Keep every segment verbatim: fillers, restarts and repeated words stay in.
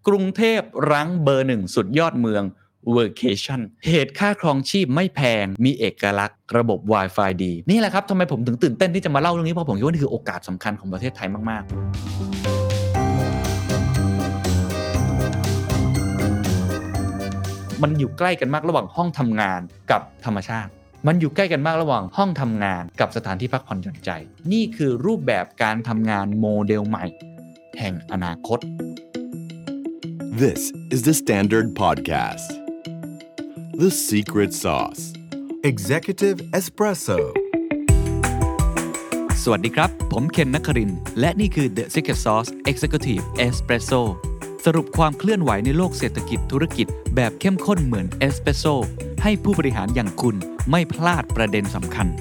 กรุงเทพรั้งเบอร์หนึ่งสุดยอดเมือง Workation เหตุค่าครองชีพไม่แพงมีเอกลักษณ์ระบบ Wi-Fi ดีนี่แหละครับทำไมผมถึงตื่นเต้นที่จะมาเล่าเรื่องนี้เพราะผมคิดว่านี่คือโอกาสสำคัญของประเทศไทยมากๆมันอยู่ใกล้กันมากระหว่างห้องทำงานกับธรรมชาติมันอยู่ใกล้กันมากระหว่างห้องทำงานกับสถานที่พักผ่อนหย่อนใจนี่คือรูปแบบการทำงานโมเดลใหม่แห่งอนาคต This is the Standard Podcast The Secret Sauce Executive Espresso สวัสดีครับผมเคนนครินทร์และนี่คือ The Secret Sauce Executive Espresso สรุปความเคลื่อนไหวในโลกเศรษฐกิจธุรกิจแบบเข้มข้นเหมือนเอสเปรสโซ่ให้ผู้บริหารอย่างคุณไม่พลาดประเด็นสำคัญ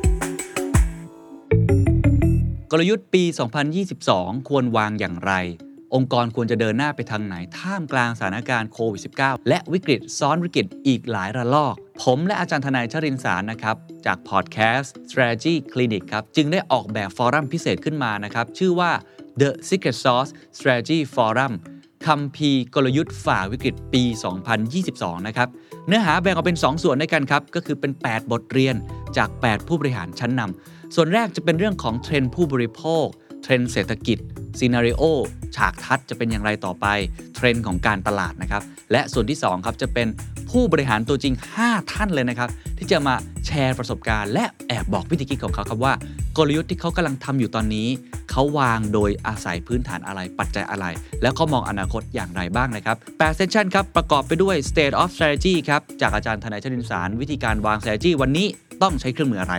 กลยุทธ์ปี สองพันยี่สิบสอง ควรวางอย่างไรองค์กรควรจะเดินหน้าไปทางไหนท่ามกลางสถานการณ์โควิด สิบเก้า และวิกฤตซ้อนวิกฤตอีกหลายระลอกผมและอาจารย์ทนายชรินทร์สารนะครับจากพอดแคสต์ Strategy Clinic ครับจึงได้ออกแบบฟอรัมพิเศษขึ้นมานะครับชื่อว่า The Secret Sauce Strategy Forum คัมภีร์กลยุทธ์ฝ่าวิกฤตปี สองพันยี่สิบสอง นะครับเนื้อหาแบ่งออกเป็นสองส่วนด้วยกันครับก็คือเป็นแปดบทเรียนจากแปดผู้บริหารชั้นนำส่วนแรกจะเป็นเรื่องของเทรนด์ผู้บริโภคเทรนด์เศรษฐกิจซีนาริโอฉากทัศน์จะเป็นอย่างไรต่อไปเทรนด์ของการตลาดนะครับและส่วนที่สองครับจะเป็นผู้บริหารตัวจริงห้าท่านเลยนะครับที่จะมาแชร์ประสบการณ์และแอบบอกวิธีคิดของเขาครับว่ากลยุทธ์ที่เขากำลังทำอยู่ตอนนี้เขาวางโดยอาศัยพื้นฐานอะไรปัจจัยอะไรแล้วเขามองอนาคตอย่างไรบ้างนะครับแปดเซสชั่นครับประกอบไปด้วย State of Strategy ครับจากอาจารย์ทนายชรินทร์สารวิธีการวาง strategy วันนี้ต้องใช้เครื่องมืออะไร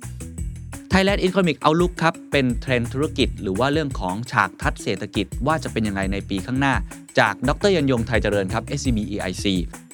Thailand Economic Outlook ครับเป็นเทรนด์ธุรกิจหรือว่าเรื่องของฉากทัศน์เศรษฐกิจว่าจะเป็นยังไงในปีข้างหน้าจากดร.ยันยงไทยเจริญครับ เอส ซี บี อี ไอ ซี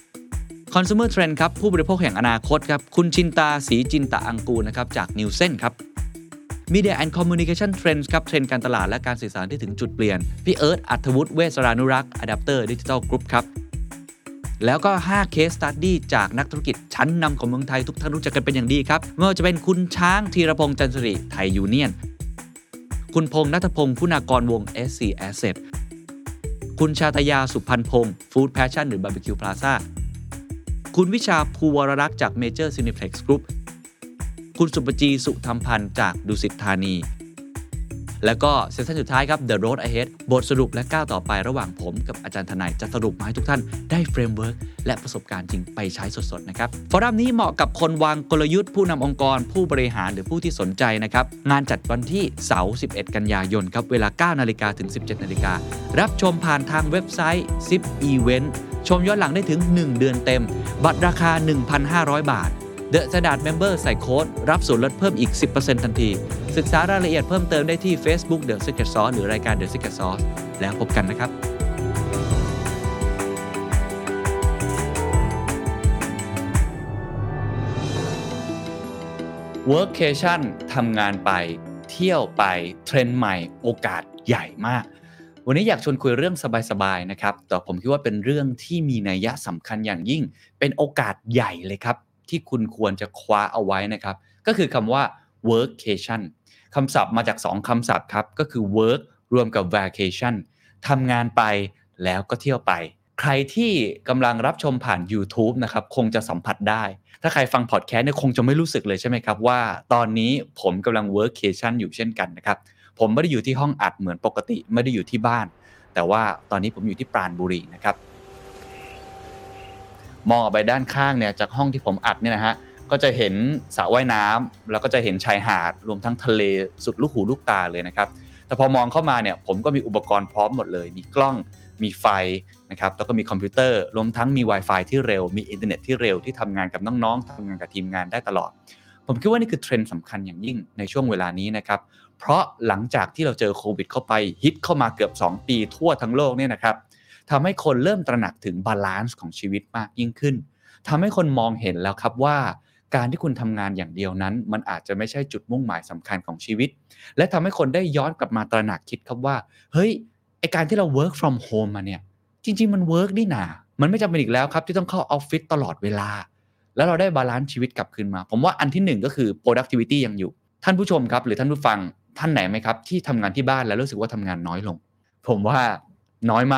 Consumer Trend ครับผู้บริโภคแห่งอนาคตครับคุณชินตาศรีจินตะอังกูลนะครับจาก Nielsen ครับ Media and Communication Trends ครับเทรนด์การตลาดและการสื่อสารที่ถึงจุดเปลี่ยนพี่เอิร์ธอัธวุฒิเวชรานุรักษ์ Adapter Digital Group ครับแล้วก็ห้า case study จากนักธุรกิจชั้นนำของเมืองไทยทุกท่านรู้จักกันเป็นอย่างดีครับไม่ว่าจะเป็นคุณช้างธีรพงษ์จันทริไทยยูเนียนคุณพงษ์ณัฐพงษ์คุณากรวงศ์ เอส ซี Asset คุณชาตยาสุพันพงษ์ Food Passion หรือ Barbecue Plaza คุณวิชาภูวรรักษ์จาก Major Cineplex Group คุณสุปจีสุธรรมพันธ์จากดุสิตธานีแล้วก็เซสชั่นสุดท้ายครับ The Road Ahead บทสรุปและก้าวต่อไประหว่างผมกับอาจารย์ทนายจะสรุปมาให้ทุกท่านได้เฟรมเวิร์คและประสบการณ์จริงไปใช้สดๆนะครับฟอรัมนี้เหมาะกับคนวางกลยุทธ์ผู้นำองค์กรผู้บริหารหรือผู้ที่สนใจนะครับงานจัดวันที่เสาร์สิบเอ็ดกันยายนครับเวลา เก้านาฬิกา ถึง สิบเจ็ดนาฬิการับชมผ่านทางเว็บไซต์ ซิป Event ชมย้อนหลังได้ถึงหนึ่งเดือนเต็มบัตรราคา หนึ่งพันห้าร้อย บาทThe Standard Member ใส่โค้ดรับส่วนลดเพิ่มอีก สิบเปอร์เซ็นต์ ทันทีศึกษารายละเอียดเพิ่มเติมได้ที่ Facebook The Secret Sauce หรือรายการ The Secret Sauce แล้วพบกันนะครับ Workation ทำงานไปเที่ยวไปเทรนด์ใหม่โอกาสใหญ่มากวันนี้อยากชวนคุยเรื่องสบายๆนะครับแต่ผมคิดว่าเป็นเรื่องที่มีนัยยะสำคัญอย่างยิ่งเป็นโอกาสใหญ่เลยครับที่คุณควรจะคว้าเอาไว้นะครับก็คือคำว่า workcation คำศัพท์มาจากสองคำศัพท์ครับก็คือ work รวมกับ vacation ทำงานไปแล้วก็เที่ยวไปใครที่กำลังรับชมผ่าน YouTube นะครับคงจะสัมผัสได้ถ้าใครฟังพอดแคสต์เนี่ยคงจะไม่รู้สึกเลยใช่ไหมครับว่าตอนนี้ผมกำลัง workcation อยู่เช่นกันนะครับผมไม่ได้อยู่ที่ห้องอัดเหมือนปกติไม่ได้อยู่ที่บ้านแต่ว่าตอนนี้ผมอยู่ที่ปราณบุรีนะครับมองออกไปด้านข้างเนี่ยจากห้องที่ผมอัดเนี่ยนะฮะก็จะเห็นสระว่ายน้ำแล้วก็จะเห็นชายหาดรวมทั้งทะเลสุดลูกหูลูกตาเลยนะครับแต่พอมองเข้ามาเนี่ยผมก็มีอุปกรณ์พร้อมหมดเลยมีกล้องมีไฟนะครับแล้วก็มีคอมพิวเตอร์รวมทั้งมี Wi-Fi ที่เร็วมีอินเทอร์เน็ตที่เร็วที่ทำงานกับน้องๆทำงานกับทีมงานได้ตลอดผมคิดว่านี่คือเทรนด์สำคัญอย่างยิ่งในช่วงเวลานี้นะครับเพราะหลังจากที่เราเจอโควิดเข้าไปฮิตเข้ามาเกือบสองปีทั่วทั้งโลกเนี่ยนะครับทำให้คนเริ่มตระหนักถึงบาลานซ์ของชีวิตมากยิ่งขึ้นทำให้คนมองเห็นแล้วครับว่าการที่คุณทำงานอย่างเดียวนั้นมันอาจจะไม่ใช่จุดมุ่งหมายสำคัญของชีวิตและทำให้คนได้ย้อนกลับมาตระหนักคิดครับว่าเฮ้ยไอการที่เรา work from home มาเนี่ยจริงๆมัน work นี่นามันไม่จำเป็นอีกแล้วครับที่ต้องเข้าออฟฟิศตลอดเวลาแล้วเราได้บาลานซ์ชีวิตกลับคืนมาผมว่าอันที่หนึ่งก็คือ productivity ยังอยู่ท่านผู้ชมครับหรือท่านผู้ฟังท่านไหนไหมครับที่ทำงานที่บ้านแล้วรู้สึกว่าทำงานน้อยลงผมว่าน้อยมากครับ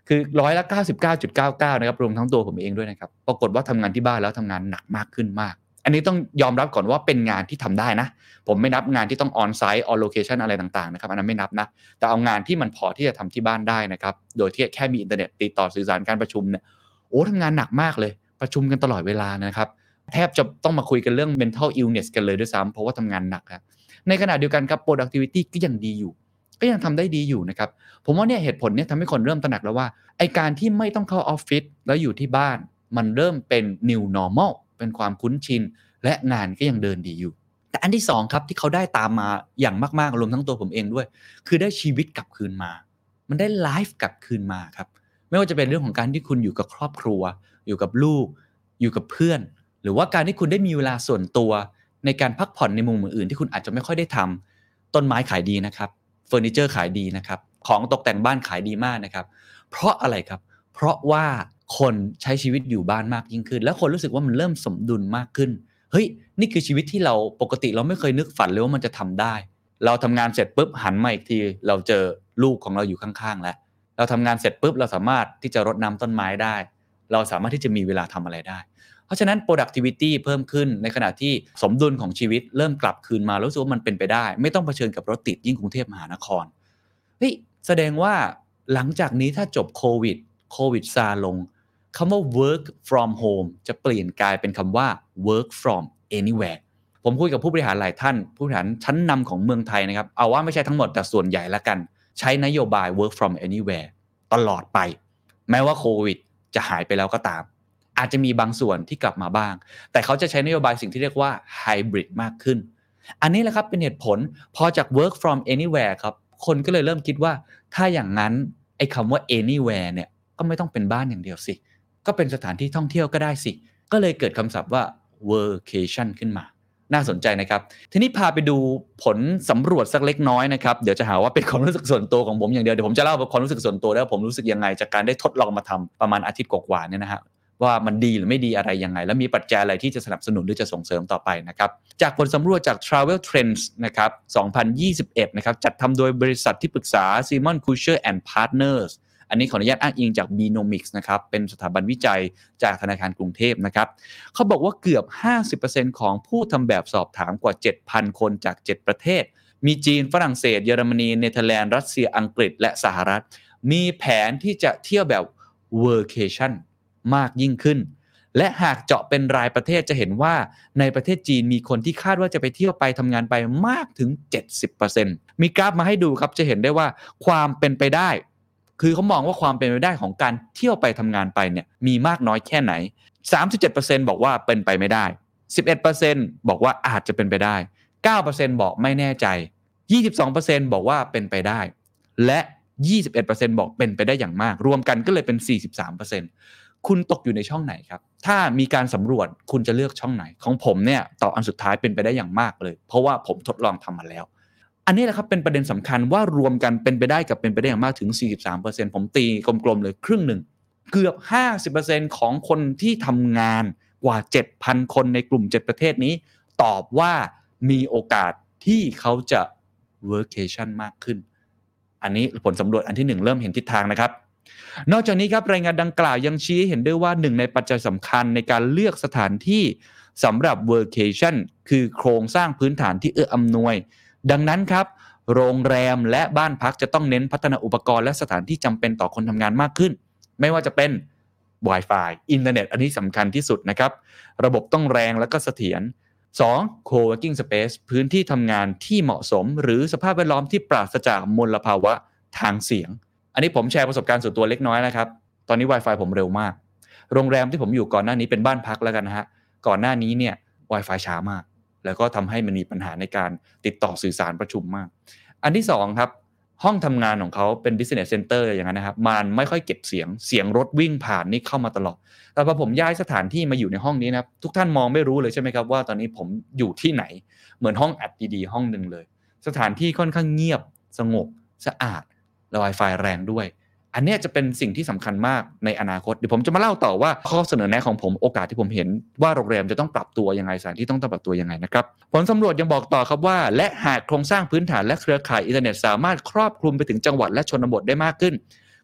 คือร้อยละ เก้าสิบเก้าจุดเก้าเก้า นะครับรวมทั้งตัวผมเองด้วยนะครับปรากฏว่าทำงานที่บ้านแล้วทำงานหนักมากขึ้นมากอันนี้ต้องยอมรับก่อนว่าเป็นงานที่ทำได้นะผมไม่นับงานที่ต้อง on site on location อะไรต่างๆนะครับอันนั้นไม่นับนะแต่เอางานที่มันพอที่จะทำที่บ้านได้นะครับโดยที่แค่มีอินเทอร์เน็ตติดต่อสื่อสารการประชุมเนี่ยโอ้ทำงานหนักมากเลยประชุมกันตลอดเวลานะครับแทบจะต้องมาคุยกันเรื่อง mental illness กันเลยด้วยซ้ำเพราะว่าทำงานหนักครับในขณะเดียวกันครับ productivity ก็ยังดีอยู่ก็ยังทำได้ดีอยู่นะครับผมว่าเนี่ยเหตุผลเนี่ยทำให้คนเริ่มตระหนักแล้วว่าไอการที่ไม่ต้องเข้าออฟฟิศแล้วอยู่ที่บ้านมันเริ่มเป็น new normal เป็นความคุ้นชินและงานก็ยังเดินดีอยู่แต่อันที่สองครับที่เขาได้ตามมาอย่างมากๆรวมทั้งตัวผมเองด้วยคือได้ชีวิตกลับคืนมามันได้ไลฟ์กลับคืนมาครับไม่ว่าจะเป็นเรื่องของการที่คุณอยู่กับครอบครัวอยู่กับลูกอยู่กับเพื่อนหรือว่าการที่คุณได้มีเวลาส่วนตัวในการพักผ่อนในมุมอื่นๆที่คุณอาจจะไม่ค่อยได้ทำต้นไม้ขายดีนะครับเฟอร์นิเจอร์ขายดีนะครับของตกแต่งบ้านขายดีมากนะครับเพราะอะไรครับเพราะว่าคนใช้ชีวิตอยู่บ้านมากยิ่งขึ้นแล้วคนรู้สึกว่ามันเริ่มสมดุลมากขึ้นเฮ้ยนี่คือชีวิตที่เราปกติเราไม่เคยนึกฝันเลยว่ามันจะทำได้เราทำงานเสร็จปุ๊บหันมาอีกทีเราเจอลูกของเราอยู่ข้างๆแล้วเราทำงานเสร็จปุ๊บเราสามารถที่จะรดน้ำต้นไม้ได้เราสามารถที่จะมีเวลาทำอะไรได้เพราะฉะนั้น productivity เพิ่มขึ้นในขณะที่สมดุลของชีวิตเริ่มกลับคืนมาแล้วรู้สึกว่ามันเป็นไปได้ไม่ต้องเผชิญกับรถติดยิ่งกรุงเทพมหานครเฮ้ยแสดงว่าหลังจากนี้ถ้าจบโควิดโควิดซาลงคำว่า work from home จะเปลี่ยนกลายเป็นคำว่า work from anywhere ผมคุยกับผู้บริหารหลายท่านผู้บริหารชั้นนำของเมืองไทยนะครับเอาว่าไม่ใช่ทั้งหมดแต่ส่วนใหญ่ละกันใช้นโยบาย work from anywhere ตลอดไปแม้ว่าโควิดจะหายไปแล้วก็ตามอาจจะมีบางส่วนที่กลับมาบ้างแต่เขาจะใช้นโยบายสิ่งที่เรียกว่า hybrid มากขึ้นอันนี้แหละครับเป็นเหตุผลพอจาก work from anywhere ครับคนก็เลยเริ่มคิดว่าถ้าอย่างนั้นไอ้คำว่า anywhere เนี่ยก็ไม่ต้องเป็นบ้านอย่างเดียวสิก็เป็นสถานที่ท่องเที่ยวก็ได้สิก็เลยเกิดคำศัพท์ว่า workation ขึ้นมาน่าสนใจนะครับทีนี้พาไปดูผลสำรวจสักเล็กน้อยนะครับเดี๋ยวจะหาว่าเป็นความรู้สึกส่วนตัวของผมอย่างเดียวเดี๋ยวผมจะเล่าความรู้สึกส่วนตัวแล้วผมรู้สึกยังไงจากการได้ทดลองมาทำประมาณอาทิตย์กว่าๆเนี่ยนะฮะว่ามันดีหรือไม่ดีอะไรยังไงแล้วมีปัจจัยอะไรที่จะสนับสนุนหรือจะส่งเสริมต่อไปนะครับจากผลสำรวจจาก Travel Trends นะครับสองพันยี่สิบเอ็ดนะครับจัดทำโดยบริษัทที่ปรึกษา Simon Kucher and Partners อันนี้ขออนุญาตอ้างอิงจาก Beanomics นะครับเป็นสถาบันวิจัยจากธนาคารกรุงเทพนะครับเขาบอกว่าเกือบ ห้าสิบเปอร์เซ็นต์ ของผู้ทำแบบสอบถามกว่า เจ็ดพัน คนจากเจ็ดประเทศมีจีนฝรั่งเศสเยอรมนีเนเธอร์แลนด์รัสเซียอังกฤษและสหรัฐมีแผนที่จะเที่ยวแบบ workation มากยิ่งขึ้นและหากเจาะเป็นรายประเทศจะเห็นว่าในประเทศจีนมีคนที่คาดว่าจะไปเที่ยวไปทำงานไปมากถึง เจ็ดสิบเปอร์เซ็นต์ มีกราฟมาให้ดูครับจะเห็นได้ว่าความเป็นไปได้คือเขามองว่าความเป็นไปได้ของการเที่ยวไปทำงานไปเนี่ยมีมากน้อยแค่ไหน สามสิบเจ็ดเปอร์เซ็นต์ บอกว่าเป็นไปไม่ได้ สิบเอ็ดเปอร์เซ็นต์ บอกว่าอาจจะเป็นไปได้ เก้าเปอร์เซ็นต์ บอกไม่แน่ใจ ยี่สิบสองเปอร์เซ็นต์ บอกว่าเป็นไปได้และ ยี่สิบเอ็ดเปอร์เซ็นต์ บอกเป็นไปได้อย่างมากรวมกันก็เลยเป็น สี่สิบสามเปอร์เซ็นต์คุณตกอยู่ในช่องไหนครับถ้ามีการสำรวจคุณจะเลือกช่องไหนของผมเนี่ยตอบอันสุดท้ายเป็นไปได้อย่างมากเลยเพราะว่าผมทดลองทำมาแล้วอันนี้แหละครับเป็นประเด็นสำคัญว่ารวมกันเป็นไปได้กับเป็นไปได้อย่างมากถึง สี่สิบสามเปอร์เซ็นต์ ผมตีกลมๆเลยครึ่งหนึ่งเกือบ ห้าสิบเปอร์เซ็นต์ ของคนที่ทำงานกว่า เจ็ดพัน คนในกลุ่มเจ็ดประเทศนี้ตอบว่ามีโอกาสที่เขาจะ workation มากขึ้นอันนี้ผลสำรวจอันที่หนึ่งเริ่มเห็นทิศทางนะครับนอกจากนี้ครับรายงานดังกล่าวยังชี้เห็นด้วยว่าหนึ่งในปัจจัยสำคัญในการเลือกสถานที่สำหรับ workation คือโครงสร้างพื้นฐานที่เอื้ออำนวยดังนั้นครับโรงแรมและบ้านพักจะต้องเน้นพัฒนาอุปกรณ์และสถานที่จำเป็นต่อคนทำงานมากขึ้นไม่ว่าจะเป็น Wi-Fi อินเทอร์เน็ตอันนี้สำคัญที่สุดนะครับระบบต้องแรงและก็เสถียรสอง co-working space พื้นที่ทำงานที่เหมาะสมหรือสภาพแวดล้อมที่ปราศจากมลภาวะทางเสียงอันนี้ผมแชร์ประสบการณ์ส่วนตัวเล็กน้อยนะครับตอนนี้ Wi-Fi ผมเร็วมากโรงแรมที่ผมอยู่ก่อนหน้านี้เป็นบ้านพักแล้วกันนะฮะก่อนหน้านี้เนี่ย Wi-Fi ช้ามากแล้วก็ทำให้มันมีปัญหาในการติดต่อสื่อสารประชุมมากอันที่สองครับห้องทำงานของเขาเป็น business center อย่างนั้นนะครับมันไม่ค่อยเก็บเสียงเสียงรถวิ่งผ่านนี่เข้ามาตลอดแต่พอผมย้ายสถานที่มาอยู่ในห้องนี้นะครับทุกท่านมองไม่รู้เลยใช่ไหมครับว่าตอนนี้ผมอยู่ที่ไหนเหมือนห้องอัดดีๆห้องนึงเลยสถานที่ค่อนข้างเงียบสงบสะอาดและ Wi-Fi แรงด้วยอันนี้จะเป็นสิ่งที่สำคัญมากในอนาคตเดี๋ยวผมจะมาเล่าต่อว่าข้อเสนอแนะของผมโอกาสที่ผมเห็นว่าโรงแรมจะต้องปรับตัวยังไงสถานที่ต้องปรับตัวยังไงนะครับผลสำรวจยังบอกต่อครับว่าและหากโครงสร้างพื้นฐานและเครือข่ายอินเทอร์เน็ตสามารถครอบคลุมไปถึงจังหวัดและชนบทได้มากขึ้น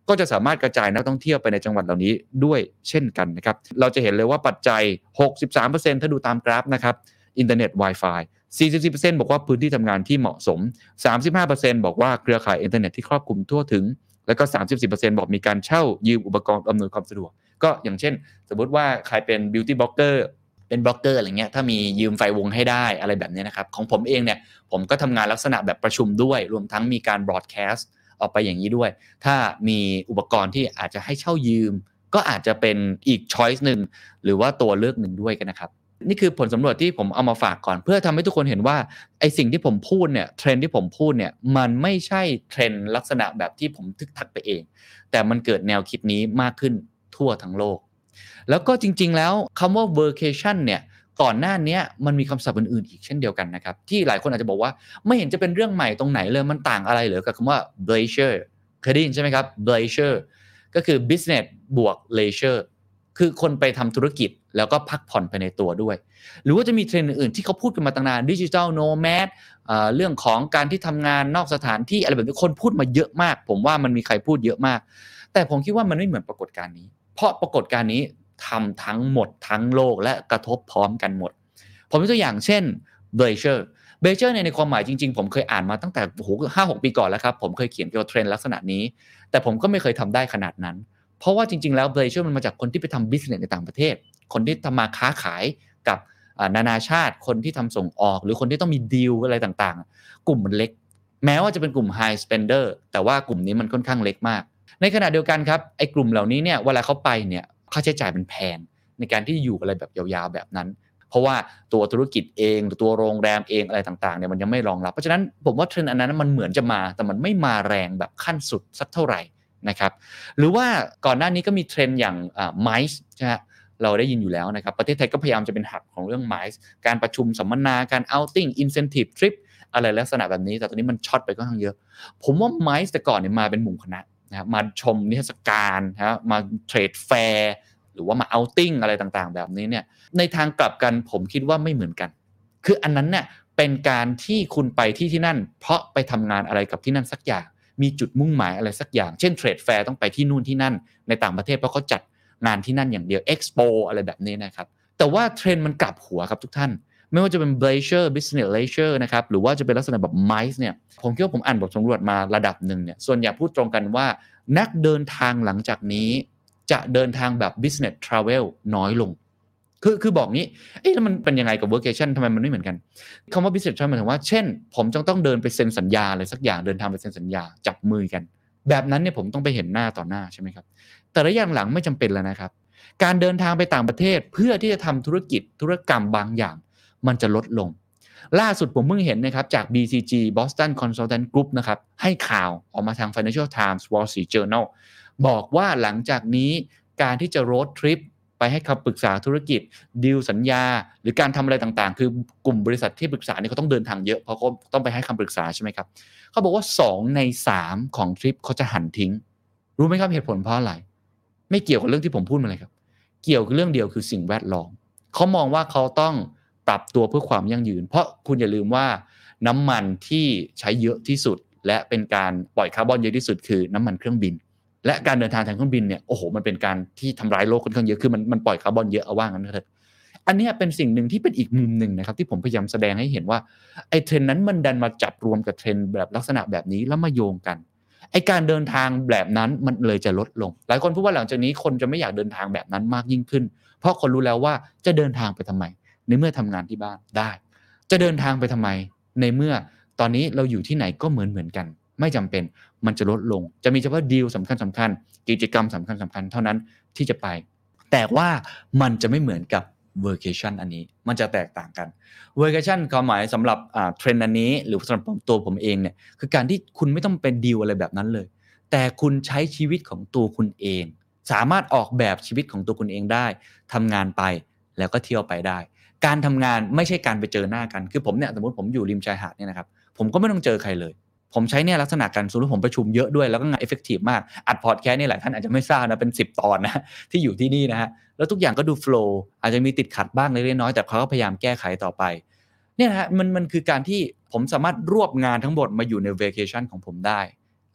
ก็จะสามารถกระจายนักท่องเที่ยวไปในจังหวัดเหล่านี้ด้วยเช่นกันนะครับเราจะเห็นเลยว่าปัจจัย หกสิบสามเปอร์เซ็นต์ ถ้าดูตามกราฟนะครับอินเทอร์เน็ต Wi-Fi สี่สิบสี่เปอร์เซ็นต์ บอกว่าพื้นที่ทำงานที่เหมาะสม สามสิบห้าเปอร์เซ็นต์ บอกว่าเครือข่ายอินเทอร์เน็ตที่ครอบคลุมทั่วถึงแล้วก็ สามสิบสี่เปอร์เซ็นต์ บอกมีการเช่ายืมอุปกรณ์อำนวยความสะดวกก็อย่างเช่นสมมุติว่าใครเป็นบิวตี้บล็อกเกอร์เป็นบล็อกเกอร์อะไรเงี้ยถ้ามียืมไฟวงให้ได้อะไรแบบนี้นะครับของผมเองเนี่ยผมก็ทำงานลักษณะแบบประชุมด้วยรวมทั้งมีการบล็อดแคสต์ออกไปอย่างนี้ด้วยถ้ามีอุปกรณ์ที่อาจจะให้เช่ายืมก็อาจจะเป็นอีกช้อยส์นึงหรือว่าตัวเลือกหนึ่งด้วยกันนะครับนี่คือผลสำรวจที่ผมเอามาฝากก่อนเพื่อทำให้ทุกคนเห็นว่าไอ้สิ่งที่ผมพูดเนี่ยเทรนด์ที่ผมพูดเนี่ยมันไม่ใช่เทรนด์ลักษณะแบบที่ผมทึกทักไปเองแต่มันเกิดแนวคิดนี้มากขึ้นทั่วทั้งโลกแล้วก็จริงๆแล้วคำว่า workation เนี่ยก่อนหน้านี้มันมีคำศัพท์อื่นๆอีกเช่นเดียวกันนะครับที่หลายคนอาจจะบอกว่าไม่เห็นจะเป็นเรื่องใหม่ตรงไหนเลยมันต่างอะไรเหรอกับคำว่า bleisure เคยได้ยินใช่ไหมครับ bleisure ก็คือ business บวก leisure คือคนไปทำธุรกิจแล้วก็พักผ่อนไปในตัวด้วยหรือว่าจะมีเทรนด์อื่นๆที่เขาพูดกันมาตั้งนาน digital nomad เอ่อเรื่องของการที่ทำงานนอกสถานที่อะไรแบบนี้คนพูดมาเยอะมากผมว่ามันมีใครพูดเยอะมากแต่ผมคิดว่ามันไม่เหมือนปรากฏการณ์นี้เพราะปรากฏการณ์นี้ทำทั้งหมดทั้งโลกและกระทบพร้อมกันหมดผมยกตัวอย่างเช่น bleisure bleisure ในความหมายจริงๆผมเคยอ่านมาตั้งแต่โอ้โห ห้าหก ปีก่อนแล้วครับผมเคยเขียนเกี่ยวกับเทรนด์ลักษณะนี้แต่ผมก็ไม่เคยทำได้ขนาดนั้นเพราะว่าจริงๆแล้ว bleisure มันมาจากคนที่ไปทำ business ในต่างประเทศคนที่ทำมาค้าขายกับนานาชาติคนที่ทำส่งออกหรือคนที่ต้องมีดีลอะไรต่างๆกลุ่มมันเล็กแม้ว่าจะเป็นกลุ่ม high spender แต่ว่ากลุ่มนี้มันค่อนข้างเล็กมากในขณะเดียวกันครับไอ้กลุ่มเหล่านี้เนี่ยเวลาเขาไปเนี่ยค่าใช้จ่ายมันแพงในการที่อยู่อะไรแบบยาวๆแบบนั้นเพราะว่าตัวธุรกิจเองหรือตัวโรงแรมเองอะไรต่างๆเนี่ยมันยังไม่รองรับเพราะฉะนั้นผมว่าเทรนด์อันนั้นมันเหมือนจะมาแต่มันไม่มาแรงแบบขั้นสุดสักเท่าไหร่นะครับหรือว่าก่อนหน้านี้ก็มีเทรนด์อย่างอ่า ไมซ์ ใช่ไหมเราได้ยินอยู่แล้วนะครับประเทศไทยก็พยายามจะเป็นหับของเรื่อง ไมซ์ การประชุมสัมมนาการ outing incentive trip อะไรลักษณะแบบนี้แต่ตอนนี้มันช็อตไปค่อนข้างเยอะผมว่า ไมซ์ แต่ก่อนเนี่ยมาเป็นหมู่คณะนะครับมาชมนิทรรศการนะมาเทรดแฟร์หรือว่ามา outing อะไรต่างๆแบบนี้เนี่ยในทางกลับกันผมคิดว่าไม่เหมือนกันคืออันนั้นเนี่ยเป็นการที่คุณไปที่ที่นั่นเพราะไปทำงานอะไรกับที่นั่นสักอย่างมีจุดมุ่งหมายอะไรสักอย่างเช่นเทรดแฟร์ต้องไปที่นู่นที่นั่นในต่างประเทศเพราะเขาจัดงานที่นั่นอย่างเดียว Expo อะไรแบบนี้นะครับแต่ว่าเทรนด์มันกลับหัวครับทุกท่านไม่ว่าจะเป็น bleisure business leisure นะครับหรือว่าจะเป็นลักษณะแบบ ไมซ์ เนี่ยผมคิดว่าผมอ่านบทสำรวจมาระดับหนึ่งเนี่ยส่วนใหญ่พูดตรงกันว่านักเดินทางหลังจากนี้จะเดินทางแบบ business travel น้อยลงคือคือบอกงี้เอ๊ะแล้วมันเป็นยังไงกับ workation ทำไมมันไม่เหมือนกันคำว่า business travel หมายถึงว่าเช่นผมจะต้องเดินไปเซ็นสัญญาอะไรสักอย่างเดินทางไปเซ็นสัญญาจับมือกันแบบนั้นเนี่ยผมต้องไปเห็นหน้าต่อหน้าใช่ไหมครับแต่ระยะหลังไม่จำเป็นแล้วนะครับการเดินทางไปต่างประเทศเพื่อที่จะทำธุรกิจธุรกรรมบางอย่างมันจะลดลงล่าสุดผมเพิ่งเห็นนะครับจาก บี ซี จี Boston Consultant Group นะครับให้ข่าวออกมาทาง Financial Times Wall Street Journal บอกว่าหลังจากนี้การที่จะ road trip ไปให้คำปรึกษาธุรกิจดีลสัญญาหรือการทำอะไรต่างๆคือกลุ่มบริษัทที่ปรึกษาเนี่ยเขาต้องเดินทางเยอะเพราะเขาต้องไปให้คำปรึกษาใช่ไหมครับเขาบอกว่าสองในสามของทริปเขาจะหันทิ้งรู้ไหมครับเหตุผลเพราะอะไรไม่เกี่ยวกับเรื่องที่ผมพูดมาเลยครับเกี่ยวกับเรื่องเดียวคือสิ่งแวดล้อมเขามองว่าเขาต้องปรับตัวเพื่อความยั่งยืนเพราะคุณอย่าลืมว่าน้ำมันที่ใช้เยอะที่สุดและเป็นการปล่อยคาร์บอนเยอะที่สุดคือน้ำมันเครื่องบินและการเดินทางทางเครื่องบินเนี่ยโอ้โหมันเป็นการที่ทำร้ายโลกค่อนข้างเยอะคือมันมันปล่อยคาร์บอนเยอะเอาว่างั้นเถอะอันนี้เป็นสิ่งหนึ่งที่เป็นอีกมุมหนึ่งนะครับที่ผมพยายามแสดงให้เห็นว่าไอ้เทรนด์นั้นมันดันมาจับรวมกับเทรนด์แบบลักษณะแบบนี้แล้วมาโยงกันไอ้การเดินทางแบบนั้นมันเลยจะลดลงหลายคนพูดว่าหลังจากนี้คนจะไม่อยากเดินทางแบบนั้นมากยิ่งขึ้นเพราะคนรู้แล้วว่าจะเดินทางไปทำไมในเมื่อทำงานที่บ้านได้จะเดินทางไปทำไมในเมื่อตอนนี้เราอยู่ที่ไหนก็เหมือนเหมือนกันไม่จำเป็นมันจะลดลงจะมีเฉพาะดีลสำคัญสำคัญกิจกรรมสำคัญสำคัญเท่านั้นที่จะไปแต่ว่ามันจะไม่เหมือนกับ workation อันนี้มันจะแตกต่างกัน workation ความหมายสำหรับอ่าเทรนด์อันนี้หรือสำหรับตัวผมเองเนี่ยคือการที่คุณไม่ต้องเป็นดีลอะไรแบบนั้นเลยแต่คุณใช้ชีวิตของตัวคุณเองสามารถออกแบบชีวิตของตัวคุณเองได้ทำงานไปแล้วก็เที่ยวไปได้การทำงานไม่ใช่การไปเจอหน้ากันคือผมเนี่ยสมมติผมอยู่ริมชายหาดเนี่ยนะครับผมก็ไม่ต้องเจอใครเลยผมใช้เนี่ยลักษณะการสมมุติผมประชุมเยอะด้วยแล้วก็งาน effective มากอัดพอดแคสต์นี่หลายท่านอาจจะไม่ทราบนะเป็นสิบตอนนะที่อยู่ที่นี่นะฮะแล้วทุกอย่างก็ดูโฟลว์อาจจะมีติดขัดบ้างเล็กน้อยแต่เขาก็พยายามแก้ไขต่อไปเนี่ยนะฮะมันมันคือการที่ผมสามารถรวบงานทั้งหมดมาอยู่ใน vacation ของผมได้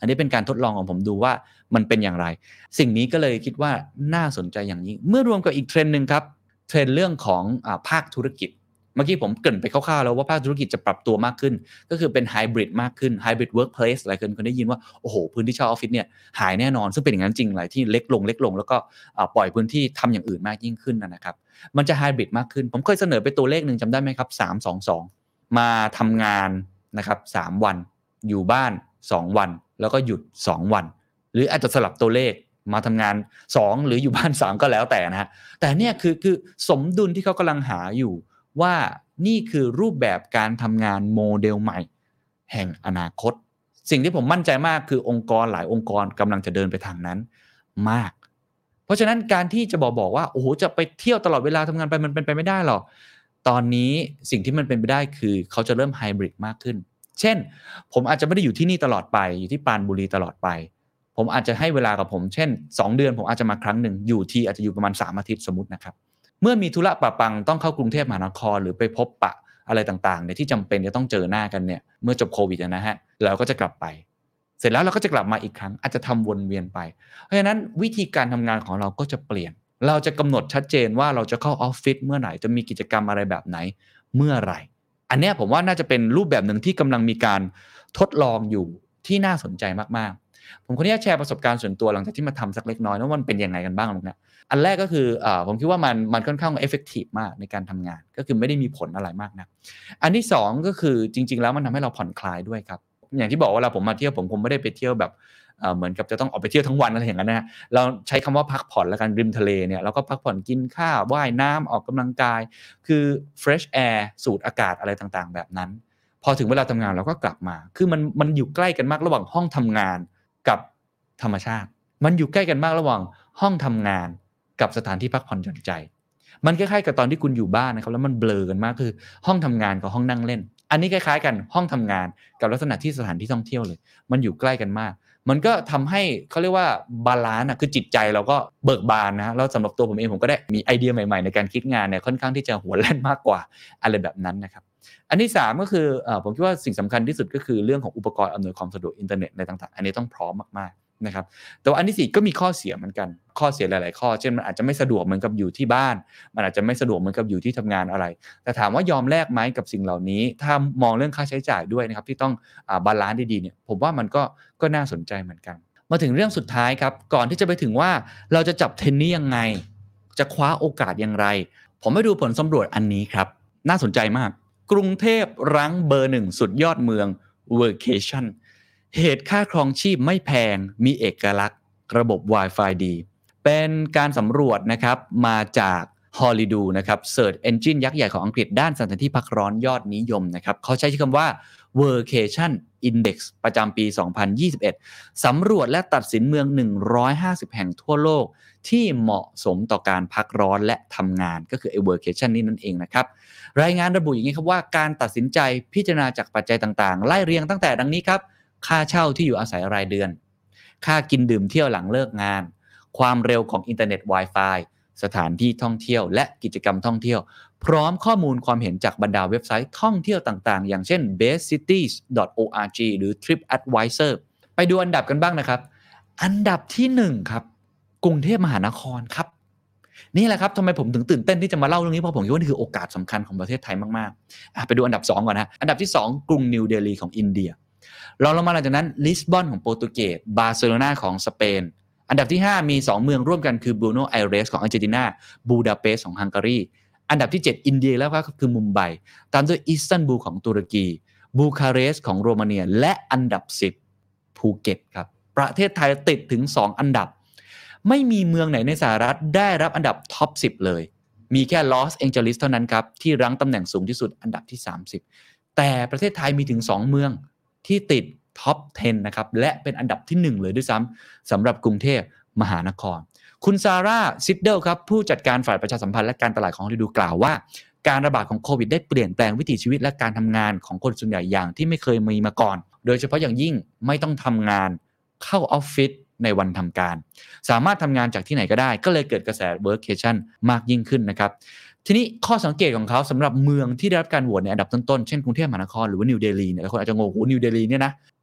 อันนี้เป็นการทดลองของผมดูว่ามันเป็นอย่างไรสิ่งนี้ก็เลยคิดว่าน่าสนใจอย่างยิ่งเมื่อรวมกับอีกเทรนด์นึงครับเทรนด์เรื่องของอ่าภาคธุรกิจเมื่อกี้ผมเกริ่นไปคร่าวๆแล้วว่าภาคธุรกิจจะปรับตัวมากขึ้นก็คือเป็นไฮบริดมากขึ้นไฮบริดเวิร์คเพลสหลายคนเคยได้ยินว่าโอ้โหพื้นที่เช่าออฟฟิศเนี่ยหายแน่นอนซึ่งเป็นอย่างนั้นจริงหลายที่เล็กลงเล็กลงแล้วก็ปล่อยพื้นที่ทำอย่างอื่นมากยิ่งขึ้นนะครับมันจะไฮบริดมากขึ้นผมเคยเสนอไปตัวเลขนึงจำได้ไหมครับสาม สอง สองมาทำงานนะครับสามวันอยู่บ้านสองวันแล้วก็หยุดสองวันหรืออาจจะสลับตัวเลขมาทำงานสองหรืออยู่บ้านสามก็แล้วแต่นะฮะแต่เนี่ยคือคือสมดุลที่เขากำลังหาอยู่ว่านี่คือรูปแบบการทำงานโมเดลใหม่แห่งอนาคตสิ่งที่ผมมั่นใจมากคือองค์กรหลายองค์กรกำลังจะเดินไปทางนั้นมากเพราะฉะนั้นการที่จะบอกบอกว่าโอ้โหจะไปเที่ยวตลอดเวลาทำงานไปมันเป็นไปไม่ได้หรอกตอนนี้สิ่งที่มันเป็นไปได้คือเขาจะเริ่มไฮบริดมากขึ้นเช่นผมอาจจะไม่ได้อยู่ที่นี่ตลอดไปอยู่ที่ปราณบุรีตลอดไปผมอาจจะให้เวลากับผมเช่นสองเดือนผมอาจจะมาครั้งหนึ่งอยู่ที่อาจจะอยู่ประมาณสามอาทิตย์สมมุตินะครับเมื่อมีธุระปะปังต้องเข้ากรุงเทพมหานครหรือไปพบปะอะไรต่างๆเนี่ยที่จำเป็นจะต้องเจอหน้ากันเนี่ยเมื่อจบโควิดนะฮะเราก็จะกลับไปเสร็จแล้วเราก็จะกลับมาอีกครั้งอาจจะทำวนเวียนไปเพราะฉะนั้นวิธีการทำงานของเราก็จะเปลี่ยนเราจะกำหนดชัดเจนว่าเราจะเข้าออฟฟิศเมื่อไหร่จะมีกิจกรรมอะไรแบบไหนเมื่อไหร่อันนี้ผมว่าน่าจะเป็นรูปแบบหนึ่งที่กำลังมีการทดลองอยู่ที่น่าสนใจมากๆผมขออนุญาตแชร์ประสบการณ์ส่วนตัวหลังจากที่มาทำสักเล็กน้อยว่ามันเป็นยังไงกันบ้างตรงนี้อันแรกก็คืออ่าผมคิดว่ามันมันค่อนข้างเอฟเฟกตีฟมากในการทำงานก็คือไม่ได้มีผลอะไรมากนะอันที่สองก็คือจริงๆแล้วมันทำให้เราผ่อนคลายด้วยครับอย่างที่บอกว่าเราผมมาเที่ยวผมคงไม่ได้ไปเที่ยวแบบเหมือนกับจะต้องออกไปเที่ยวทั้งวันอะไรอย่างนั้นนะฮะเราใช้คำว่าพักผ่อนแล้วกันริมทะเลเนี่ยเราก็พักผ่อนกินข้าวว่ายน้ำออกกำลังกายคือ fresh air สูดอากาศอะไรต่างๆแบบนั้นพอถึงเวลาทำงานเราก็กลับมาคือมันมันอยู่ใกล้กันมากระหว่างห้องทำงานกับธรรมชาติมันอยู่ใกล้กันมากระหว่างห้องทำงานกับสถานที่พักผ่อนหย่อนใจมันคล้ายๆกับตอนที่คุณอยู่บ้านนะครับแล้วมันเบลอกันมากคือห้องทำงานกับห้องนั่งเล่นอันนี้คล้ายๆกันห้องทำงานกับลักษณะที่สถานที่ท่องเที่ยวเลยมันอยู่ใกล้กันมากมันก็ทำให้เขาเรียกว่าบาลานซ์อ่ะคือจิตใจเราก็เบิกบานนะแล้วสำหรับตัวผมเองผมก็ได้มีไอเดียใหม่ๆในการคิดงานเนี่ยค่อนข้างที่จะหัวแล่นมากกว่าอะไรแบบนั้นนะครับอันที่สามก็คือเอ่อผมคิดว่าสิ่งสำคัญที่สุดก็คือเรื่องของอุปกรณ์อำนวยความสะดวกอินเทอร์เน็ตอะไรต่างๆอันนี้ต้องพร้อมมากๆนะครับแต่ว่าอันที่สี่ก็มีข้อเสียเหมือนกันข้อเสียหลายๆข้อเช่นมันอาจจะไม่สะดวกเหมือนกับอยู่ที่บ้านมันอาจจะไม่สะดวกเหมือนกับอยู่ที่ทำงานอะไรแต่ถามว่ายอมแลกไหมกับสิ่งเหล่านี้ถ้ามองเรื่องค่าใช้จ่ายด้วยนะครับที่ต้องอ่าบาลานซ์ดีๆเนี่ยผมว่ามันก็ก็น่าสนใจเหมือนกันมาถึงเรื่องสุดท้ายครับก่อนที่จะไปถึงว่าเราจะจับเทรนด์นี้ยังไงจะคว้าโอกาสอย่างไรผมไปดูผลสำรวจอันนี้ครับน่าสนใจมากกรุงเทพรั้งเบอร์หนึ่งสุดยอดเมือง Workation เหตุค่าครองชีพไม่แพงมีเอกลักษณ์ระบบ Wi-Fi ดีเป็นการสำรวจนะครับมาจาก Holido นะครับ Search Engine ยักษ์ใหญ่ของอังกฤษด้านสถานที่พักร้อนยอดนิยมนะครับเขาใช้ชื่อคำว่า Workation Index ประจำปี สองพันยี่สิบเอ็ด สำรวจและตัดสินเมือง หนึ่งร้อยห้าสิบ แห่งทั่วโลกที่เหมาะสมต่อการพักร้อนและทำงานก็คือไอ้ Workation นี่นั่นเองนะครับรายงานระบุอย่างนี้ครับว่าการตัดสินใจพิจารณาจากปัจจัยต่างๆไล่เรียงตั้งแต่ดังนี้ครับค่าเช่าที่อยู่อาศัยรายเดือนค่ากินดื่มเที่ยวหลังเลิกงานความเร็วของอินเทอร์เน็ต Wi-Fi สถานที่ท่องเที่ยวและกิจกรรมท่องเที่ยวพร้อมข้อมูลความเห็นจากบรรดาเว็บไซต์ท่องเที่ยวต่างๆอย่างเช่น เบสซิตี้ ดอท โอ อาร์ จี หรือ ทริปแอดไวเซอร์ ไปดูอันดับกันบ้างนะครับอันดับที่หนึ่งครับกรุงเทพมหานครครับนี่แหละครับทำไมผมถึงตื่นเต้นที่จะมาเล่าเรื่องนี้เพราะผมคิดว่านี่คือโอกาสสำคัญของประเทศไทยมากๆอ่ะไปดูอันดับสองก่อนนะอันดับที่สองกรุงนิวเดลีของอินเดียรองลงมาหลังจากนั้นลิสบอนของโปรตุเกสบาร์เซโลนาของสเปนอันดับที่ห้ามีสองเมืองร่วมกันคือบูโนไอเรสของอาร์เจนตินาบูดาเปสต์ของฮังการีอันดับที่เจ็ดอินเดียแล้วก็คือมุมไบตามด้วยอิสตันบูลของตุรกีบูคาเรสต์ของโรมาเนียและอันดับสิบภูเก็ตครับประเทศไทยติดถึงสองอันดับไม่มีเมืองไหนในสหรัฐได้รับอันดับท็อปสิบเลยมีแค่ลอสแองเจลิสเท่านั้นครับที่รั้งตำแหน่งสูงที่สุดอันดับที่สามสิบแต่ประเทศไทยมีถึงสองเมืองที่ติดท็อปสิบนะครับและเป็นอันดับที่หนึ่งเลยด้วยซ้ำสำหรับกรุงเทพมหานครคุณซาร่าซิดเดิลครับผู้จัดการฝ่ายประชาสัมพันธ์และการตลาดของฮอลลีวูดกล่าวว่าการระบาดของโควิดได้เปลี่ยนแปลงวิถีชีวิตและการทำงานของคนส่วนใหญ่อย่างที่ไม่เคยมีมาก่อนโดยเฉพาะอย่างยิ่งไม่ต้องทำงานเข้าออฟฟิศในวันทำการสามารถทำงานจากที่ไหนก็ได้ก็เลยเกิดกระแส workation มากยิ่งขึ้นนะครับทีนี้ข้อสังเกตของเขาสำหรับเมืองที่ได้รับการโหวตในอันดับต้นๆเช่นกรุงเทพมหานครหรือว่านิวเดลีเนี่ยหลายคนอาจจะงงโอ้นิวเดลีเนี่ยนะ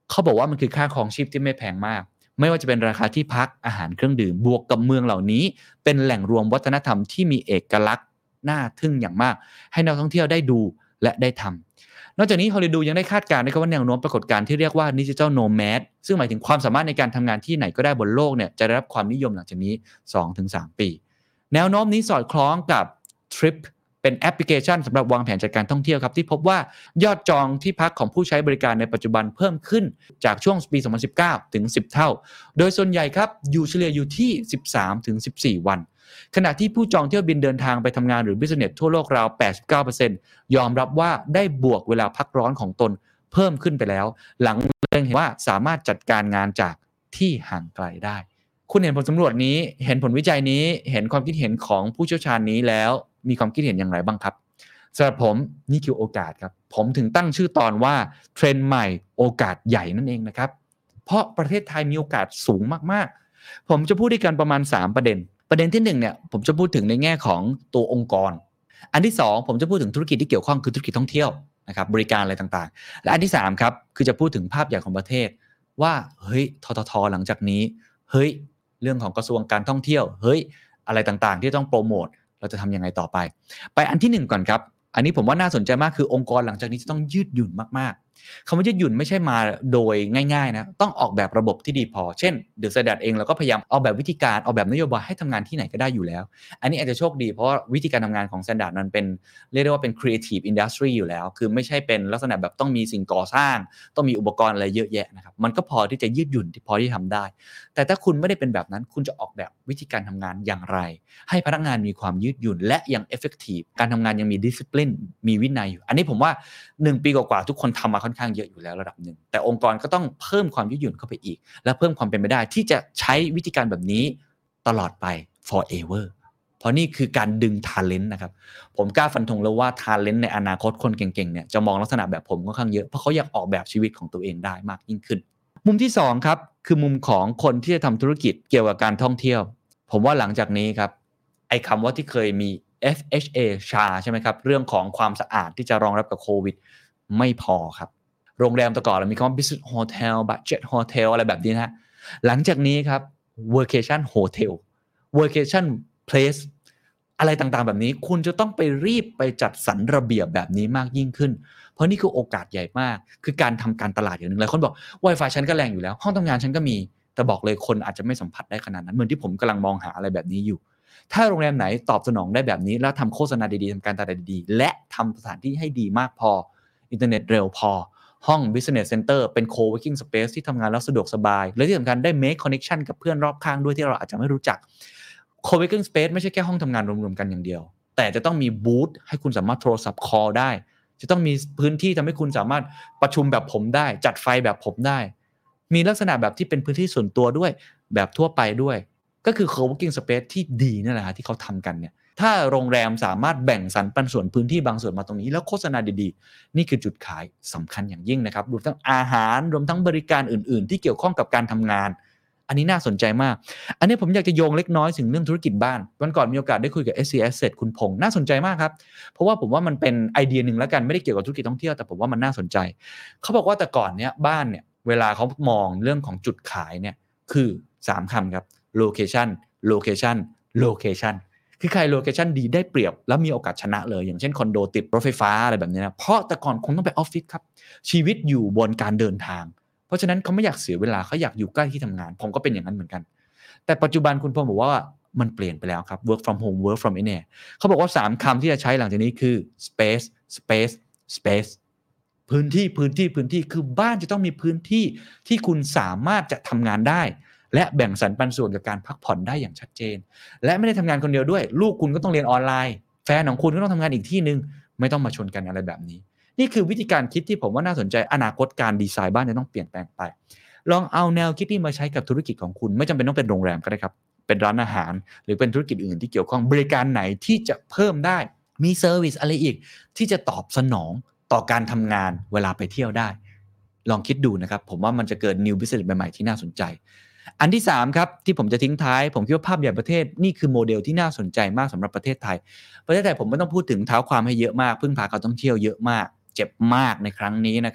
เขาบอกว่ามันคือค่าครองชีพที่ไม่แพงมากไม่ว่าจะเป็นราคาที่พักอาหารเครื่องดื่มบวกกับเมืองเหล่านี้เป็นแหล่งรวมวัฒนธรรมที่มีเอกลักษณ์น่าทึ่งอย่างมากให้นักท่องเที่ยวได้ดูและได้ทำนอกจากนี้ฮอลลีวูดยังได้คาดการณ์นะครับว่าแนวโน้มปรากฏการณ์ที่เรียกว่า Digital Nomad ซึ่งหมายถึงความสามารถในการทำงานที่ไหนก็ได้บนโลกเนี่ยจะได้รับความนิยมหลังจากนี้ สองถึงสาม ปีแนวโน้มนี้สอดคล้องกับ Trip เป็นแอปพลิเคชันสำหรับวางแผนจัดการท่องเที่ยวครับที่พบว่ายอดจองที่พักของผู้ใช้บริการในปัจจุบันเพิ่มขึ้นจากช่วงปีสองพันสิบเก้าถึงสิบเท่าโดยส่วนใหญ่ครับอยู่เฉลี่ยอยู่ที่ สิบสามถึงสิบสี่ วันขณะที่ผู้จองเที่ยวบินเดินทางไปทำงานหรือ Business ทั่วโลกราว แปดสิบเก้าเปอร์เซ็นต์ ยอมรับว่าได้บวกเวลาพักร้อนของตนเพิ่มขึ้นไปแล้วหลังเล็งเห็นว่าสามารถจัดการงานจากที่ห่างไกลได้คุณเห็นผลสำรวจนี้เห็นผลวิจัยนี้เห็นความคิดเห็นของผู้เชี่ยวชาญนี้แล้วมีความคิดเห็นอย่างไรบ้างครับสำหรับผมนี่คือโอกาสครับผมถึงตั้งชื่อตอนว่าเทรนด์ใหม่โอกาสใหญ่นั่นเองนะครับเพราะประเทศไทยมีโอกาสสูงมากๆผมจะพูดด้วยกันประมาณสามประเด็นประเด็นที่หนึ่งเนี่ยผมจะพูดถึงในแง่ของตัวองค์กรอันที่สองผมจะพูดถึงธุรกิจที่เกี่ยวข้องคือธุรกิจท่องเที่ยวนะครับบริการอะไรต่างๆและอันที่สามครับคือจะพูดถึงภาพใหญ่ของประเทศว่าเฮ้ยทททหลังจากนี้เฮ้ยเรื่องของกระทรวงการท่องเที่ยวเฮ้ยอะไรต่างๆที่ต้องโปรโมทเราจะทำยังไงต่อไปไปอันที่หนึ่งก่อนครับอันนี้ผมว่าน่าสนใจมากคือองค์กรหลังจากนี้จะต้องยืดหยุ่นมากๆคำว่ายืดหยุ่นไม่ใช่มาโดยง่ายๆนะต้องออกแบบระบบที่ดีพอเช่น The Standard เองเราก็พยายามออกแบบวิธีการออกแบบนโยบายให้ทำงานที่ไหนก็ได้อยู่แล้วอันนี้อาจจะโชคดีเพราะว่าวิธีการทำงานของ Standard นั้นเป็นเรียกได้ว่าเป็น Creative Industry อยู่แล้วคือไม่ใช่เป็นลักษณะแบบต้องมีสิ่งก่อสร้างต้องมีอุปกรณ์อะไรเยอะแยะนะครับมันก็พอที่จะยืดหยุ่นที่พอที่ทำได้แต่ถ้าคุณไม่ได้เป็นแบบนั้นคุณจะออกแบบวิธีการทำงานอย่างไรให้พนักงานมีความยืดหยุ่นและยัง effective การทำงานยังมี discipline มีวินัยอยู่อันนี้ผมว่าหนึ่งปีกว่าๆทุกคนทำมาค่อนข้างเยอะอยู่แล้วระดับหนึ่งแต่องค์กรก็ต้องเพิ่มความยืดหยุ่นเข้าไปอีกและเพิ่มความเป็นไปได้ที่จะใช้วิธีการแบบนี้ตลอดไป forever เพราะนี่คือการดึง talent นะครับผมกล้าฟันธงเลยว่า talent ในอนาคตคนเก่งๆเนี่ยจะมองลักษณะแบบผมค่อนข้างเยอะเพราะเขาอยากออกแบบชีวิตของตัวเองได้มากยิ่งขึ้นมุมที่สองครับคือมุมของคนที่จะทำธุรกิจเกี่ยวกับการท่องเที่ยวผมว่าหลังจากนี้ครับไอ้คำว่าที่เคยมี เอฟ เอช เอ ชาใช่ไหมครับเรื่องของความสะอาดที่จะรองรับกับโควิดไม่พอครับโรงแรมแต่ก่อนเรามีคำว่า business hotel budget hotel อะไรแบบนี้นะฮะหลังจากนี้ครับ vacation hotel vacation place อะไรต่างๆแบบนี้คุณจะต้องไปรีบไปจัดสรรระเบียบแบบนี้มากยิ่งขึ้นเพราะนี่คือโอกาสใหญ่มากคือการทำการตลาดอย่างนึงหลายคนบอก Wi-Fi ฉันก็แรงอยู่แล้วห้องทำงานฉันก็มีแต่บอกเลยคนอาจจะไม่สัมผัสได้ขนาดนั้นเหมือนที่ผมกำลังมองหาอะไรแบบนี้อยู่ถ้าโรงแรมไหนตอบสนองได้แบบนี้แล้วทำโฆษณาดีๆทำการตลาดดีๆและทำสถานที่ให้ดีมากพออินเทอร์เน็ตเร็วพอห้อง business center เป็น co-working space ที่ทำงานแล้วสะดวกสบายและที่สำคัญได้ make connection กับเพื่อนรอบข้างด้วยที่เราอาจจะไม่รู้จัก co-working space ไม่ใช่แค่ห้องทำงานรวมๆกันอย่างเดียวแต่จะต้องมีบูธให้คุณสามารถโทรศัพท์ call ได้จะต้องมีพื้นที่ทำให้คุณสามารถประชุมแบบผมได้จัดไฟแบบผมได้มีลักษณะแบบที่เป็นพื้นที่ส่วนตัวด้วยแบบทั่วไปด้วยก็คือ co-working space ที่ดีนั่นแหละที่เขาทำกันเนี่ยถ้าโรงแรมสามารถแบ่งสรรปันส่วนพื้นที่บางส่วนมาตรงนี้แล้วโฆษณาดีๆนี่คือจุดขายสำคัญอย่างยิ่งนะครับรวมทั้งอาหารรวมทั้งบริการอื่นๆที่เกี่ยวข้องกับการทำงานอันนี้น่าสนใจมากอันนี้ผมอยากจะโยงเล็กน้อยถึงเรื่องธุรกิจบ้านวันก่อนมีโอกาสได้คุยกับ เอส ซี Asset คุณพงษ์น่าสนใจมากครับเพราะว่าผมว่ามันเป็นไอเดียนึงแล้วกันไม่ได้เกี่ยวกับธุรกิจท่องเที่ยวแต่ผมว่ามันน่าสนใจเขาบอกว่าแต่ก่อนเนี้ยบ้านเนี่ยเวลาเขามองเรื่องของจุดขายเนี่ยคือสามคำครับ location location location คือใครโลเคชั่นดีได้เปรียบแล้วมีโอกาสชนะเลยอย่างเช่นคอนโดติดรถไฟฟ้าอะไรแบบนี้นะเพราะแต่ก่อนคงต้องไปออฟฟิศครับชีวิตอยู่บนการเดินทางเพราะฉะนั้นเขาไม่อยากเสียเวลาเขาอยากอยู่ใกล้ที่ทำงานผมก็เป็นอย่างนั้นเหมือนกันแต่ปัจจุบันคุณพงษ์บอกว่ามันเปลี่ยนไปแล้วครับ work from home work from anywhere เขาบอกว่าสามคำที่จะใช้หลังจากนี้คือ space space space พื้นที่พื้นที่พื้นที่คือบ้านจะต้องมีพื้นที่ที่คุณสามารถจะทำงานได้และแบ่งสรรปันส่วนกับการพักผ่อนได้อย่างชัดเจนและไม่ได้ทำงานคนเดียวด้วยลูกคุณก็ต้องเรียนออนไลน์แฟนของคุณก็ต้องทำงานอีกที่นึงไม่ต้องมาชนกันอะไรแบบนี้นี่คือวิธีการคิดที่ผมว่าน่าสนใจอนาคตการดีไซน์บ้านจะต้องเปลี่ยนแปลงไปลองเอาแนวคิดนี้มาใช้กับธุรกิจของคุณไม่จำเป็นต้องเป็นโรงแรมก็ได้ครับเป็นร้านอาหารหรือเป็นธุรกิจอื่นที่เกี่ยวข้องบริการไหนที่จะเพิ่มได้มีเซอร์วิสอะไรอีกที่จะตอบสนองต่อการทำงานเวลาไปเที่ยวได้ลองคิดดูนะครับผมว่ามันจะเกิด new business ใหม่ๆที่น่าสนใจอันที่สามครับที่ผมจะทิ้งท้ายผมคิดว่าภาพใหญ่ประเทศนี่คือโมเดลที่น่าสนใจมากสำหรับประเทศไทยประเทศไทยผมไม่ต้องพูดถึงเท้าความให้เยอะมากพึ่งพาการท่องเที่ยวเยอะมากเจ็บมากในครั้งนี้นะครับ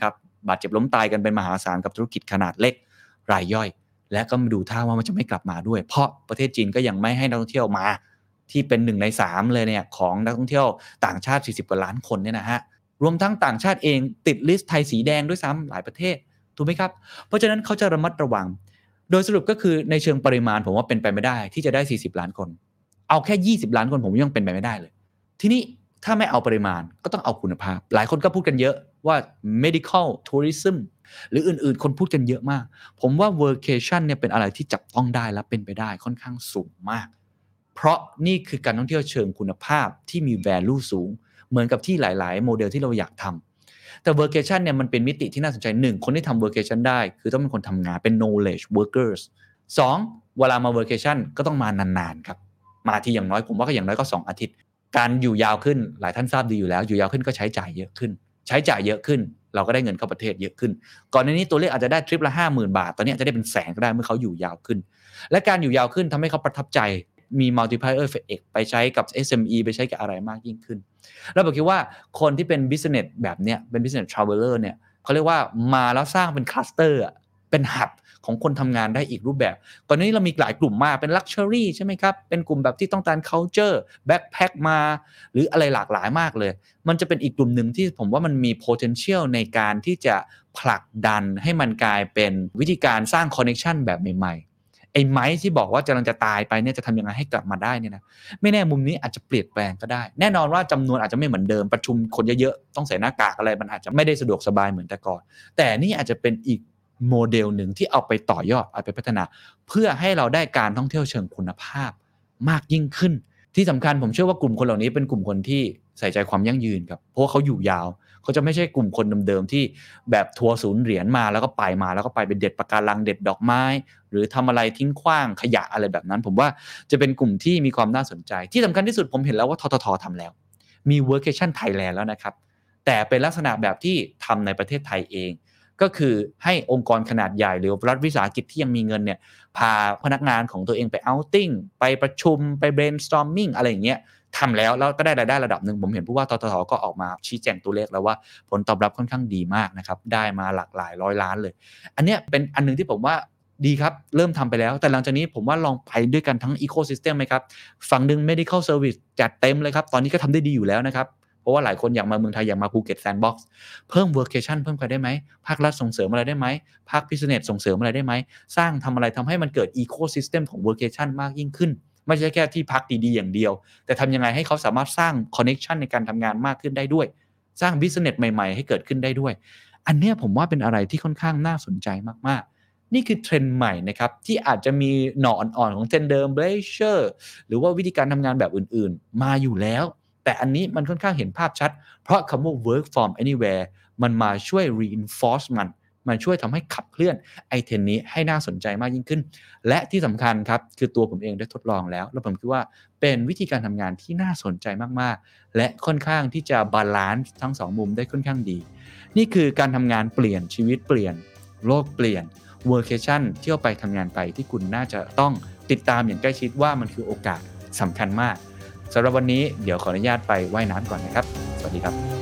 บาดเจ็บล้มตายกันเป็นมหาศาลกับธุรกิจขนาดเล็กรายย่อยและก็ดูท่าว่ามันจะไม่กลับมาด้วยเพราะประเทศจีนก็ยังไม่ให้นักท่องเที่ยวมาที่เป็นหนึ่งในสามเลยเนี่ยของนักท่องเที่ยวต่างชาติสี่สิบกว่าล้านคนเนี่ยนะฮะรวมทั้งต่างชาติเองติดลิสต์ไทยสีแดงด้วยซ้ำหลายประเทศถูกไหมครับเพราะฉะนั้นเขาจะระมัดระวังโดยสรุปก็คือในเชิงปริมาณผมว่าเป็นไปไม่ได้ที่จะได้สี่สิบล้านคนเอาแค่ยี่สิบล้านคนผมยังเป็นไปไม่ได้เลยทีนี้ถ้าไม่เอาปริมาณก็ต้องเอาคุณภาพหลายคนก็พูดกันเยอะว่า medical tourism หรืออื่นๆคนพูดกันเยอะมากผมว่า workation เนี่ยเป็นอะไรที่จับต้องได้และเป็นไปได้ค่อนข้างสูงมากเพราะนี่คือการท่องเที่ยวเชิงคุณภาพที่มี value สูงเหมือนกับที่หลายๆโมเดลที่เราอยากทำแต่ workation เนี่ยมันเป็นมิติที่น่าสนใจหนึ่งคนที่ทำ workation ได้คือต้องเป็นคนทำงานเป็น knowledge workers สองเวลามา workation ก็ต้องมานานๆครับมาที่อย่างน้อยผมว่าก็อย่างน้อยก็สองอาทิตย์การอยู่ยาวขึ้นหลายท่านทราบดีอยู่แล้วอยู่ยาวขึ้นก็ใช้จ่ายเยอะขึ้นใช้จ่ายเยอะขึ้นเราก็ได้เงินเข้าประเทศเยอะขึ้นก่อนในนี้ตัวเลขอาจจะได้ทริปละ ห้าหมื่น บาทตอนนี้อาจจะได้เป็นแสนก็ได้เมื่อเขาอยู่ยาวขึ้นและการอยู่ยาวขึ้นทำให้เขาประทับใจมี multiplier effect ไปใช้กับ เอส เอ็ม อี ไปใช้กับอะไรมากยิ่งขึ้นแล้วผมคิดว่าคนที่เป็น business แบบเนี้ยเป็น business traveler เนี่ยเขาเรียกว่ามาแล้วสร้างเป็น cluster อ่ะเป็น hub ของคนทำงานได้อีกรูปแบบก่อนหน้านี้เรามีหลายกลุ่มมากเป็น luxury ใช่ไหมครับเป็นกลุ่มแบบที่ต้องการ culture backpack มาหรืออะไรหลากหลายมากเลยมันจะเป็นอีกกลุ่มหนึ่งที่ผมว่ามันมี potential ในการที่จะผลักดันให้มันกลายเป็นวิธีการสร้าง connection แบบใหม่ๆไอ้ไม้ที่บอกว่ากำลังจะตายไปเนี่ยจะทำยังไงให้กลับมาได้เนี่ยนะไม่แน่มุมนี้อาจจะเปลี่ยนแปลงก็ได้แน่นอนว่าจำนวนอาจจะไม่เหมือนเดิมประชุมคนเยอะๆต้องใส่หน้ากากอะไรมันอาจจะไม่ได้สะดวกสบายเหมือนแต่ก่อนแต่นี่อาจจะเป็นอีกโมเดลหนึ่งที่เอาไปต่อยอดเอาไปพัฒนาเพื่อให้เราได้การท่องเที่ยวเชิงคุณภาพมากยิ่งขึ้นที่สำคัญผมเชื่อว่ากลุ่มคนเหล่านี้เป็นกลุ่มคนที่ใส่ใจความยั่งยืนครับเพราะว่าเขาอยู่ยาวเขาจะไม่ใช่กลุ่มคนเดิมๆที่แบบทัวร์ศูนย์เหรียญมาแล้วก็ไปมาแล้วก็ไปเป็นเด็ดปะการังเด็ดดอกไม้หรือทำอะไรทิ้งขว้างขยะอะไรแบบนั้นผมว่าจะเป็นกลุ่มที่มีความน่าสนใจที่สำคัญที่สุดผมเห็นแล้วว่าททททำแล้วมี Workation Thailand แล้วนะครับแต่เป็นลักษณะแบบที่ทำในประเทศไทยเองก็คือให้องค์กรขนาดใหญ่หรือรัฐวิสาหกิจที่ยังมีเงินเนี่ยพาพนักงานของตัวเองไปเอาท์ติ้งไปประชุมไป brainstorming อะไรอย่างเงี้ยทำแล้วแล้วก็ได้รายได้ระดับหนึ่งผมเห็นผู้ว่าทททก็ออกมาชี้แจงตัวเลขแล้วว่าผลตอบรับค่อนข้างดีมากนะครับได้มาหลากหลายร้อยล้านเลยอันเนี้ยเป็นอันนึงที่ผมว่าดีครับเริ่มทำไปแล้วแต่หลังจากนี้ผมว่าลองไปด้วยกันทั้ง ecosystem ไหมครับฝั่งนึง medical service จัดเต็มเลยครับตอนนี้ก็ทำได้ดีอยู่แล้วนะครับเพราะว่าหลายคนอยากมาเมืองไทยอยากมาภูเก็ตแซนด์บ็อกซ์เพิ่ม workation เพิ่มกันได้ไหมภาครัฐส่งเสริมอะไรได้ไหมภาค business ส่งเสริมอะไรได้ไหมสร้างทำอะไรทำให้มันเกิด ecosystem ของ workation มากยิ่งขึ้นไม่ใช่แค่ที่พักดีๆอย่างเดียวแต่ทำยังไงให้เขาสามารถสร้าง connection ในการทำงานมากขึ้นได้ด้วยสร้าง business ใหม่ๆให้เกิดขึ้นได้ด้วยอันเนี้ยผมว่าเป็นอะไรที่ค่อนข้างน่าสนใจมากๆนี่คือเทรนด์ใหม่นะครับที่อาจจะมีหน่ออ่อนๆของเทรนด์เดิม leisure หรือว่าวิธีการทำงานแบบอื่นๆมาอยู่แล้วแต่อันนี้มันค่อนข้างเห็นภาพชัดเพราะคำว่า work from anywhere มันมาช่วย reinforce มันมันช่วยทำให้ขับเคลื่อนไอเทนนี้ให้น่าสนใจมากยิ่งขึ้นและที่สำคัญครับคือตัวผมเองได้ทดลองแล้วแล้วผมคิดว่าเป็นวิธีการทำงานที่น่าสนใจมากๆและค่อนข้างที่จะบาลานซ์ทั้งสองมุมได้ค่อนข้างดีนี่คือการทำงานเปลี่ยนชีวิตเปลี่ยนโลกเปลี่ยน workation เที่ยวไปทำงานไปที่คุณน่าจะต้องติดตามอย่างใกล้ชิดว่ามันคือโอกาสสำคัญมากสำหรับวันนี้เดี๋ยวขออนุญาตไปว่ายน้ำก่อนนะครับสวัสดีครับ